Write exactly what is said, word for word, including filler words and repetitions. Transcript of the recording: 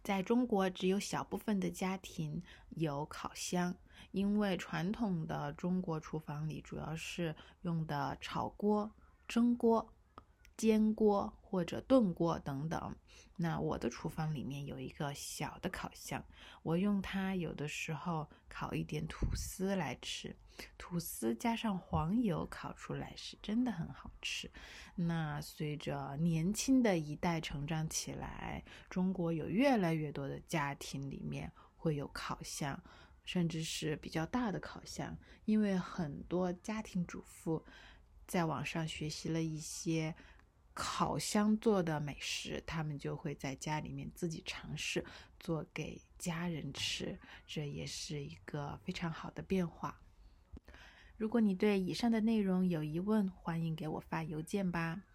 在中国只有小部分的家庭有烤箱，因为传统的中国厨房里主要是用的炒锅、蒸锅、煎锅或者炖锅等等。那我的厨房里面有一个小的烤箱，我用它有的时候烤一点吐司来吃，吐司加上黄油烤出来是真的很好吃。那随着年轻的一代成长起来，中国有越来越多的家庭里面会有烤箱，甚至是比较大的烤箱，因为很多家庭主妇在网上学习了一些烤箱做的美食，他们就会在家里面自己尝试做给家人吃，这也是一个非常好的变化。如果你对以上的内容有疑问，欢迎给我发邮件吧。